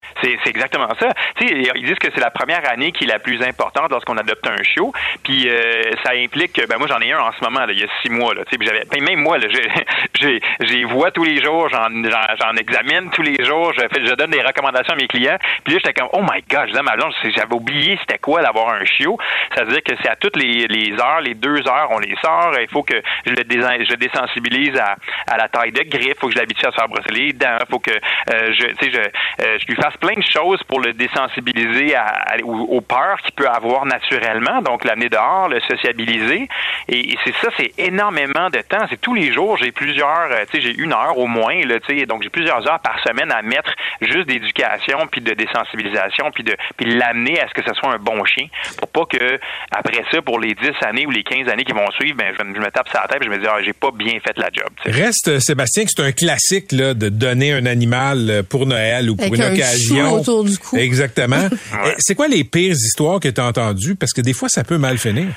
C'est exactement ça. Tu sais, ils disent que c'est la première année qui est la plus importante lorsqu'on adopte un chiot. Puis ça implique que, moi j'en ai un en ce moment, là, il y a 6 mois. Là, tu sais, même moi, là, j'y vois tous les jours, j'en examine tous les jours, je donne des recommandations à mes clients. Puis là, j'étais comme, oh my God, je disais à ma blonde, j'avais oublié c'était quoi d'avoir un chiot. Ça veut dire que c'est à toutes les heures, les 2 heures, on les sort. Il faut que je le désensibilise à la taille de griffe. Il faut que je l'habitue à se faire brosser les dents. Il faut que je lui fasse plein de choses pour le désensibiliser aux peurs qu'il peut avoir naturellement. Donc, l'amener dehors, le sociabiliser. Et c'est énormément de temps. C'est tous les jours. J'ai plusieurs, j'ai 1 heure au moins, là, donc j'ai plusieurs heures par semaine à mettre juste d'éducation, puis de désensibilisation, puis l'amener à ce que ce soit un bon chien. Pour pas que, après ça, pour les 10 années ou les 15 années qui vont suivre, je me tape sur la tête et je me dis, j'ai pas bien fait la job. T'sais. Reste, Sébastien, que c'est un classique là, de donner un animal pour Noël ou pour une occasion. Autour du cou. Exactement. Ouais. C'est quoi les pires histoires que tu as entendues? Parce que des fois, ça peut mal finir.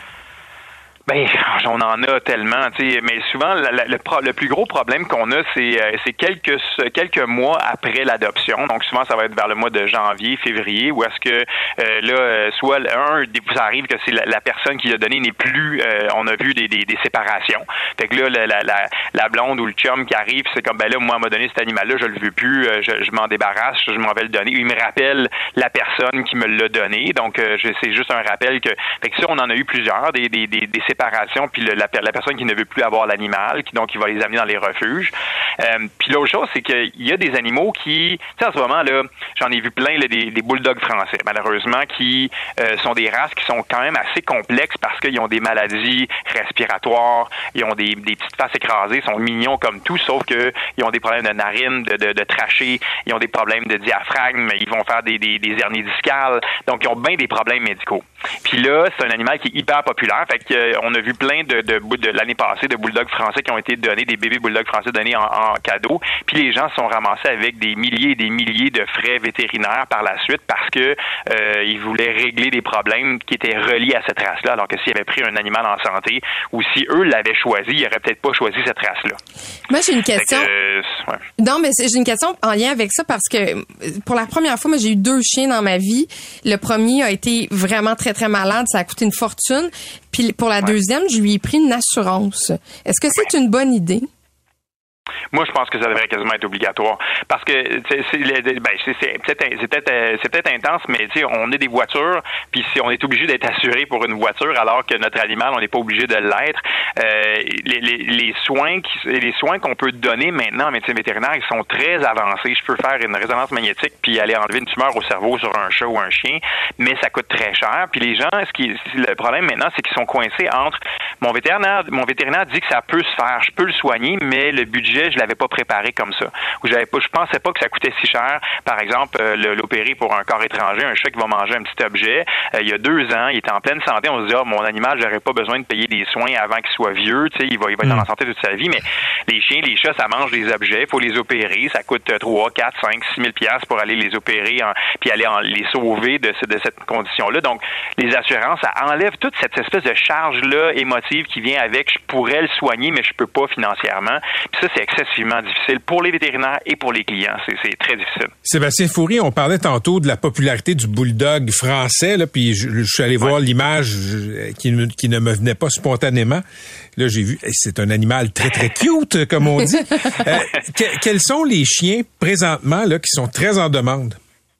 On en a tellement, mais souvent le plus gros problème qu'on a, c'est quelques mois après l'adoption. Donc souvent ça va être vers le mois de janvier, février, où est-ce que soit ça arrive que c'est la personne qui l'a donné n'est plus. On a vu des séparations. Fait que là la blonde ou le chum qui arrive, c'est comme là moi on m'a donné cet animal-là, je le veux plus, je m'en débarrasse, je m'en vais le donner. Il me rappelle la personne qui me l'a donné. Donc c'est juste un rappel que. Fait que ça on en a eu plusieurs des séparation, puis la personne qui ne veut plus avoir l'animal, donc il va les amener dans les refuges. Puis l'autre chose, c'est qu'il y a des animaux qui, tu sais, en ce moment, là, j'en ai vu plein, là, des bulldogs français, malheureusement, qui sont des races qui sont quand même assez complexes parce qu'ils ont des maladies respiratoires, ils ont des petites faces écrasées, sont mignons comme tout, sauf que ils ont des problèmes de narines, de trachée, ils ont des problèmes de diaphragme, ils vont faire des hernies discales, donc ils ont bien des problèmes médicaux. Puis là, c'est un animal qui est hyper populaire, fait que on a vu plein de l'année passée de bulldogs français qui ont été donnés, des bébés bulldogs français donnés en cadeau. Puis les gens se sont ramassés avec des milliers et des milliers de frais vétérinaires par la suite parce que ils voulaient régler des problèmes qui étaient reliés à cette race-là, alors que s'ils avaient pris un animal en santé ou si eux l'avaient choisi, ils n'auraient peut-être pas choisi cette race-là. Moi, j'ai une question. Non, mais j'ai une question en lien avec ça parce que pour la première fois, moi, j'ai eu 2 chiens dans ma vie. Le premier a été vraiment très, très malade. Ça a coûté une fortune. Puis pour la deuxième, je lui ai pris une assurance. Est-ce que c'est une bonne idée? Moi, je pense que ça devrait quasiment être obligatoire parce que c'est peut-être intense, mais tu sais, on est des voitures, puis si on est obligé d'être assuré pour une voiture, alors que notre animal, on n'est pas obligé de l'être. Les soins qu'on peut donner maintenant en médecine vétérinaire, ils sont très avancés. Je peux faire une résonance magnétique puis aller enlever une tumeur au cerveau sur un chat ou un chien, mais ça coûte très cher. Puis les gens, le problème maintenant, c'est qu'ils sont coincés entre mon vétérinaire dit que ça peut se faire, je peux le soigner, mais le budget, je l'avais pas préparé comme ça. Ou je pensais pas que ça coûtait si cher. Par exemple, l'opérer pour un corps étranger, un chat qui va manger un petit objet. Il y a 2 ans, il était en pleine santé. On se dit, mon animal, j'aurais pas besoin de payer des soins avant qu'il soit vieux. Tu sais, il va être en santé toute sa vie. Mais les chiens, les chats, ça mange des objets. Il faut les opérer. Ça coûte 3, 4, 5, 6 000 $ pour aller les opérer puis aller les sauver de cette condition-là. Donc, les assurances, ça enlève toute cette espèce de charge-là émotive qui vient avec. Je pourrais le soigner, mais je peux pas financièrement. Puis ça, c'est excessivement difficile pour les vétérinaires et pour les clients. C'est très difficile. Sébastien Fourie, on parlait tantôt de la popularité du bulldog français, là, puis je suis allé voir l'image qui ne me venait pas spontanément. Là, j'ai vu, c'est un animal très, très cute, comme on dit. Quels sont les chiens, présentement, là, qui sont très en demande?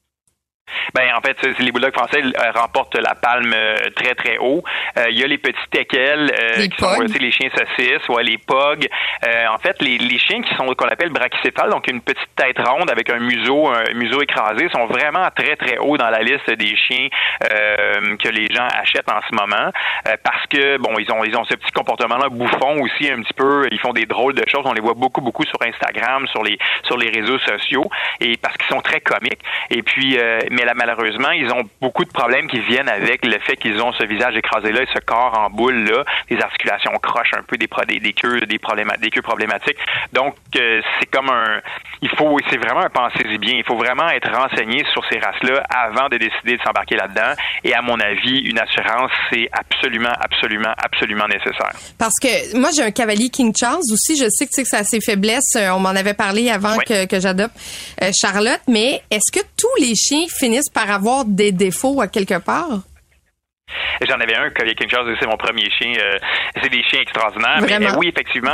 En fait, les bulldogs français remportent la palme très, très haut. Il y a les petits teckels, qui sont les chiens saucisses, les pogs. En fait, les chiens qui sont qu'on appelle brachycéphales, donc une petite tête ronde avec un museau écrasé, sont vraiment très, très haut dans la liste des chiens que les gens achètent en ce moment. Parce que, ils ont ce petit comportement-là bouffon aussi un petit peu. Ils font des drôles de choses. On les voit beaucoup, beaucoup sur Instagram, sur les réseaux sociaux. Et parce qu'ils sont très comiques. Et puis, mais la malheureusement, ils ont beaucoup de problèmes qui viennent avec le fait qu'ils ont ce visage écrasé-là et ce corps en boule-là, des articulations croches un peu, des queues problématiques. Donc, c'est comme c'est vraiment un pensez-y bien. Il faut vraiment être renseigné sur ces races-là avant de décider de s'embarquer là-dedans. Et à mon avis, une assurance, c'est absolument, absolument, absolument nécessaire. Parce que moi, j'ai un cavalier King Charles aussi. Je sais que ça a ses faiblesses. On m'en avait parlé avant que j'adopte Charlotte. Mais est-ce que tous les chiens finissent par avoir des défauts à quelque part? J'en avais un, cavalier King Charles, c'est mon premier chien. C'est des chiens extraordinaires. Vraiment? Mais oui, effectivement,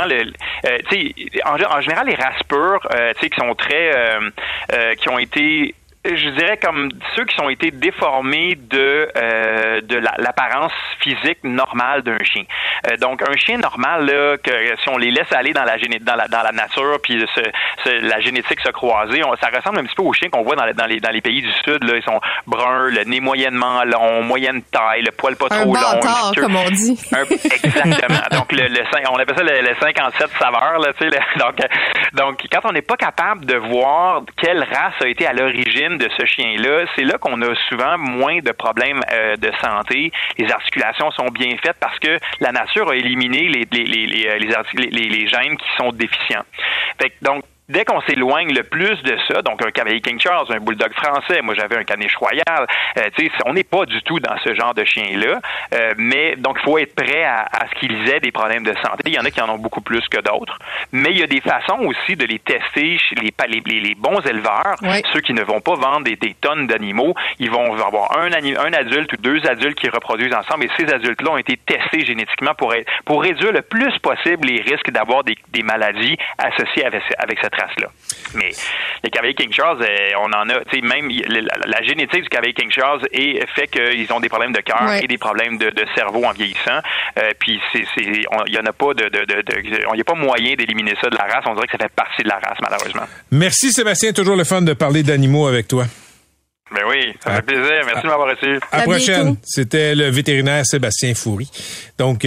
en général, les races pures, qui sont qui ont été, je dirais, comme ceux qui ont été déformés de l'apparence physique normale d'un chien. Donc un chien normal là, que si on les laisse aller dans la nature, puis la génétique se croiser, ça ressemble un petit peu aux chiens qu'on voit dans les pays du sud. Là, ils sont bruns, le nez moyennement long, moyenne taille, le poil pas trop long. Un bâtard, comme on dit. Exactement. Donc on appelle ça le 57 saveurs. Là, tu sais. Donc quand on n'est pas capable de voir quelle race a été à l'origine de ce chien-là, c'est là qu'on a souvent moins de problèmes de santé. Les articulations sont bien faites parce que la nature a éliminé les gènes qui sont déficients. Fait que, donc, dès qu'on s'éloigne le plus de ça, donc un cavalier King Charles, un bulldog français, moi j'avais un caniche royal, on n'est pas du tout dans ce genre de chien-là, mais donc il faut être prêt à ce qu'ils aient des problèmes de santé. Il y en a qui en ont beaucoup plus que d'autres, mais il y a des façons aussi de les tester chez les bons éleveurs, ceux qui ne vont pas vendre des tonnes d'animaux. Ils vont avoir un adulte ou deux adultes qui reproduisent ensemble, et ces adultes-là ont été testés génétiquement pour réduire le plus possible les risques d'avoir des maladies associées avec cette race-là. Mais les cavaliers King Charles, on en a, tu sais, même la génétique du cavalier King Charles fait qu'ils ont des problèmes de cœur et des problèmes de cerveau en vieillissant. Puis il y en a pas il n'y a pas moyen d'éliminer ça de la race. On dirait que ça fait partie de la race, malheureusement. Merci Sébastien, toujours le fun de parler d'animaux avec toi. Ben oui, ça fait plaisir. Merci de m'avoir reçu. À la prochaine. C'était le vétérinaire Sébastien Foury. Donc,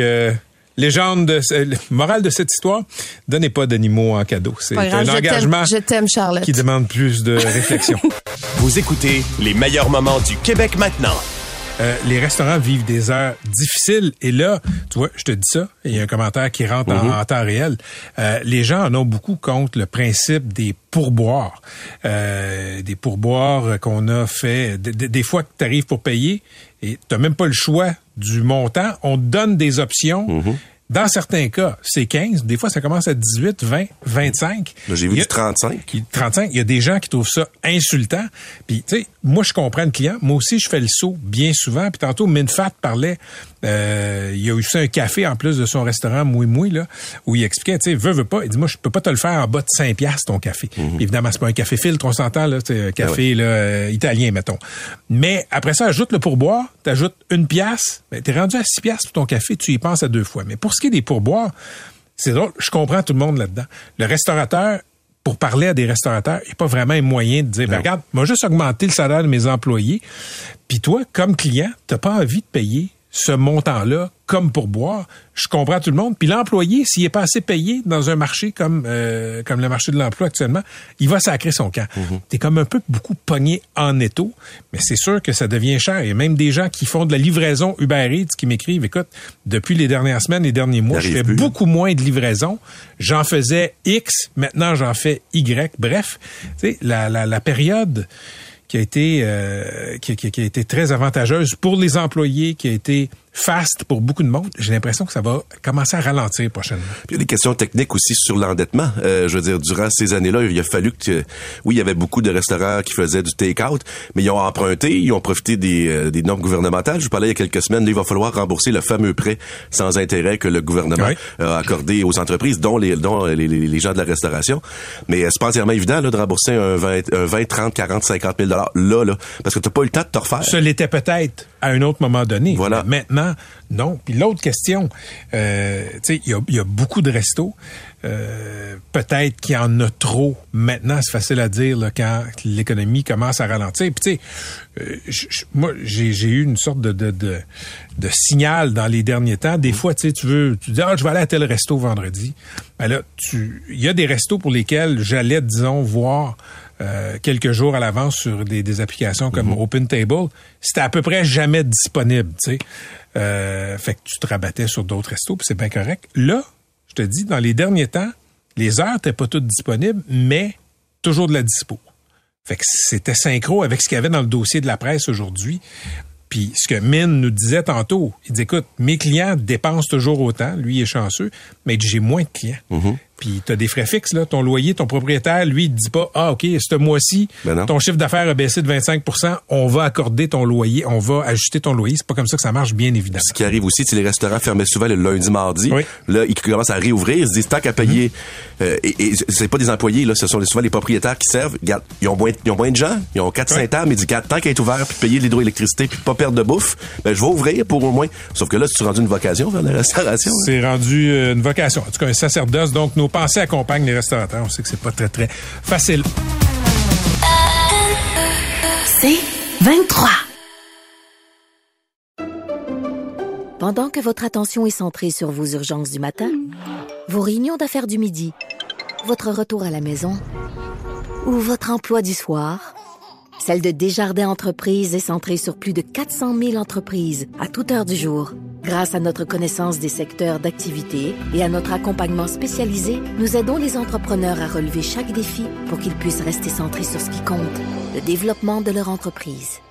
morale de cette histoire, donnez pas d'animaux en cadeau. C'est un engagement je t'aime, Charlotte, qui demande plus de réflexion. Vous écoutez les meilleurs moments du Québec maintenant. Les restaurants vivent des heures difficiles. Et là, tu vois, je te dis ça, il y a un commentaire qui rentre en temps réel. Les gens en ont beaucoup contre le principe des pourboires. Des pourboires qu'on a fait. Des fois que tu arrives pour payer et tu n'as même pas le choix du montant. On te donne des options. Dans certains cas, c'est 15. Des fois, ça commence à 18, 20, 25. Là, j'ai vu du 35. 35. Il y a des gens qui trouvent ça insultant. Puis, tu sais, moi, je comprends le client. Moi aussi, je fais le saut bien souvent. Puis tantôt, Minfat parlait, il a eu aussi un café en plus de son restaurant Moui là, où il expliquait, tu sais, veux pas. Il dit, moi, je peux pas te le faire en bas de 5 $, ton café. Évidemment, c'est pas un café filtre, on s'entend, là, c'est un café, italien, mettons. Mais après ça, ajoute le pourboire, t'ajoutes 1 $, ben, t'es rendu à 6 $ pour ton café, tu y penses à 2 fois. Mais pour ce qui est des pourboires, c'est drôle, je comprends tout le monde là-dedans. Le restaurateur, pour parler à des restaurateurs, il n'y a pas vraiment un moyen de dire, ben, regarde, moi, juste augmenter le salaire de mes employés. Puis toi, comme client, t'as pas envie de payer ce montant-là comme pourboire. Je comprends tout le monde. Puis l'employé, s'il est pas assez payé dans un marché comme le marché de l'emploi actuellement, il va sacrer son camp. T'es comme un peu beaucoup pogné en étau, mais c'est sûr que ça devient cher. Il y a même des gens qui font de la livraison Uber Eats qui m'écrivent, écoute, depuis les dernières semaines, les derniers mois, je fais beaucoup moins de livraison. J'en faisais X, maintenant j'en fais Y. Bref, tu sais, la période qui a été très avantageuse pour les employés, qui a été fast pour beaucoup de monde, j'ai l'impression que ça va commencer à ralentir prochainement. Puis il y a des questions techniques aussi sur l'endettement. Je veux dire, durant ces années-là, il a fallu que... Oui, il y avait beaucoup de restaurants qui faisaient du take-out, mais ils ont emprunté, ils ont profité des normes gouvernementales. Je vous parlais il y a quelques semaines, là, il va falloir rembourser le fameux prêt sans intérêt que le gouvernement a accordé aux entreprises, dont les gens de la restauration. Mais c'est pas entièrement évident là, de rembourser un 20, 30, 40, 50 000 là, parce que t'as pas eu le temps de te refaire. Ça l'était peut-être à un autre moment donné. Voilà. Maintenant, non. Puis l'autre question, tu sais, il y a beaucoup de restos. Peut-être qu'il y en a trop. Maintenant, c'est facile à dire là, quand l'économie commence à ralentir. Puis tu sais, moi, j'ai eu une sorte de signal dans les derniers temps. Des fois, tu sais, tu dis, je vais aller à tel resto vendredi. Ben là, il y a des restos pour lesquels j'allais, disons, voir quelques jours à l'avance sur des applications comme OpenTable, c'était à peu près jamais disponible, tu sais. Fait que tu te rabattais sur d'autres restos, puis c'est bien correct. Là, je te dis, dans les derniers temps, les heures n'étaient pas toutes disponibles, mais toujours de la dispo. Fait que c'était synchro avec ce qu'il y avait dans le dossier de la presse aujourd'hui. Puis ce que Mine nous disait tantôt, il dit, écoute, mes clients dépensent toujours autant, lui il est chanceux, mais j'ai moins de clients. Puis tu as des frais fixes, là, ton loyer, ton propriétaire, lui, il te dit pas, ah OK, ce mois-ci, ton chiffre d'affaires a baissé de 25%, on va accorder ton loyer, on va ajuster ton loyer. C'est pas comme ça que ça marche, bien évidemment. Ce qui arrive aussi, les restaurants fermaient souvent le lundi, mardi. Oui. Là, ils commencent à réouvrir, ils se disent, tant qu'à payer, et c'est pas des employés, là, ce sont souvent les propriétaires qui servent. Regarde, ils ont moins de gens, ils ont 4-5 tables, ils disent, tant qu'à être ouvert, puis payer l'hydroélectricité, puis pas perdre de bouffe, ben je vais ouvrir pour au moins. Sauf que là, c'est rendu une vocation vers la restauration. C'est rendu une vocation. En tout cas, un sacerdoce. Donc, nos pensées accompagnent les restaurateurs. On sait que c'est pas très, très facile. C'est 23. Pendant que votre attention est centrée sur vos urgences du matin, vos réunions d'affaires du midi, votre retour à la maison ou votre emploi du soir, celle de Desjardins Entreprises est centrée sur plus de 400 000 entreprises à toute heure du jour. Grâce à notre connaissance des secteurs d'activité et à notre accompagnement spécialisé, nous aidons les entrepreneurs à relever chaque défi pour qu'ils puissent rester centrés sur ce qui compte, le développement de leur entreprise.